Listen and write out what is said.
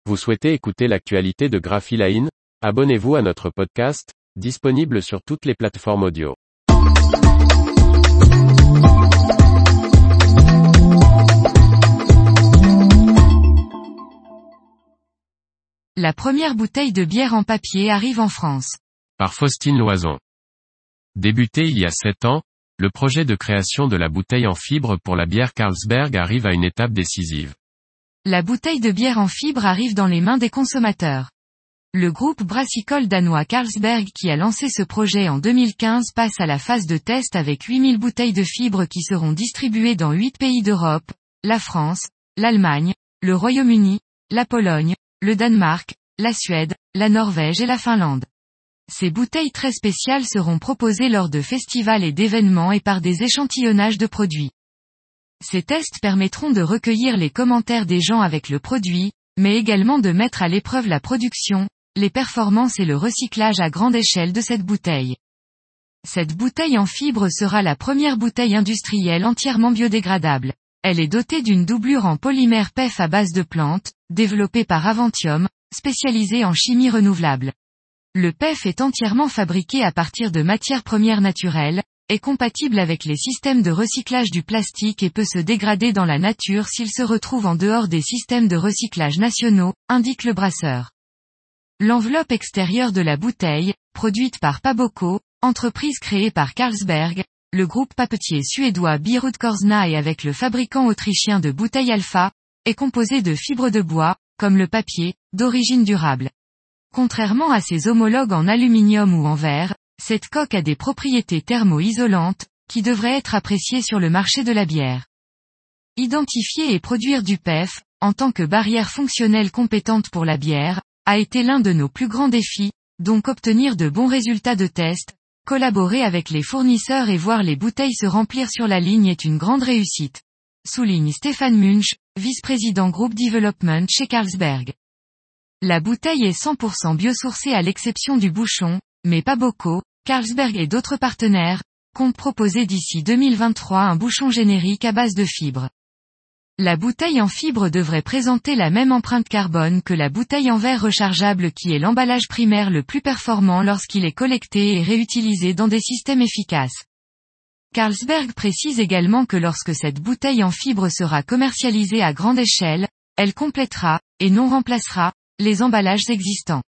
Vous souhaitez écouter l'actualité de Graphiline? Abonnez-vous à notre podcast, disponible sur toutes les plateformes audio. La première bouteille de bière en papier arrive en France. Par Faustine Loison. Débuté il y a 7 ans, le projet de création de la bouteille en fibre pour la bière Carlsberg arrive à une étape décisive. La bouteille de bière en fibre arrive dans les mains des consommateurs. Le groupe brassicole danois Carlsberg qui a lancé ce projet en 2015 passe à la phase de test avec 8000 bouteilles de fibre qui seront distribuées dans 8 pays d'Europe, la France, l'Allemagne, le Royaume-Uni, la Pologne, le Danemark, la Suède, la Norvège et la Finlande. Ces bouteilles très spéciales seront proposées lors de festivals et d'événements et par des échantillonnages de produits. Ces tests permettront de recueillir les commentaires des gens avec le produit, mais également de mettre à l'épreuve la production, les performances et le recyclage à grande échelle de cette bouteille. Cette bouteille en fibre sera la première bouteille industrielle entièrement biodégradable. Elle est dotée d'une doublure en polymère PEF à base de plantes, développée par Aventium, spécialisée en chimie renouvelable. Le PEF est entièrement fabriqué à partir de matières premières naturelles, est compatible avec les systèmes de recyclage du plastique et peut se dégrader dans la nature s'il se retrouve en dehors des systèmes de recyclage nationaux, indique le brasseur. L'enveloppe extérieure de la bouteille, produite par Paboco, entreprise créée par Carlsberg, le groupe papetier suédois Birut Korsnäs et avec le fabricant autrichien de bouteilles Alpha, est composée de fibres de bois, comme le papier, d'origine durable. Contrairement à ses homologues en aluminium ou en verre, cette coque a des propriétés thermo-isolantes, qui devraient être appréciées sur le marché de la bière. Identifier et produire du PEF, en tant que barrière fonctionnelle compétente pour la bière, a été l'un de nos plus grands défis, donc obtenir de bons résultats de test, collaborer avec les fournisseurs et voir les bouteilles se remplir sur la ligne est une grande réussite, souligne Stéphane Munch, vice-président Group Development chez Carlsberg. La bouteille est 100% biosourcée à l'exception du bouchon, mais Paboco, Carlsberg et d'autres partenaires, comptent proposer d'ici 2023 un bouchon générique à base de fibres. La bouteille en fibre devrait présenter la même empreinte carbone que la bouteille en verre rechargeable qui est l'emballage primaire le plus performant lorsqu'il est collecté et réutilisé dans des systèmes efficaces. Carlsberg précise également que lorsque cette bouteille en fibre sera commercialisée à grande échelle, elle complétera, et non remplacera, les emballages existants.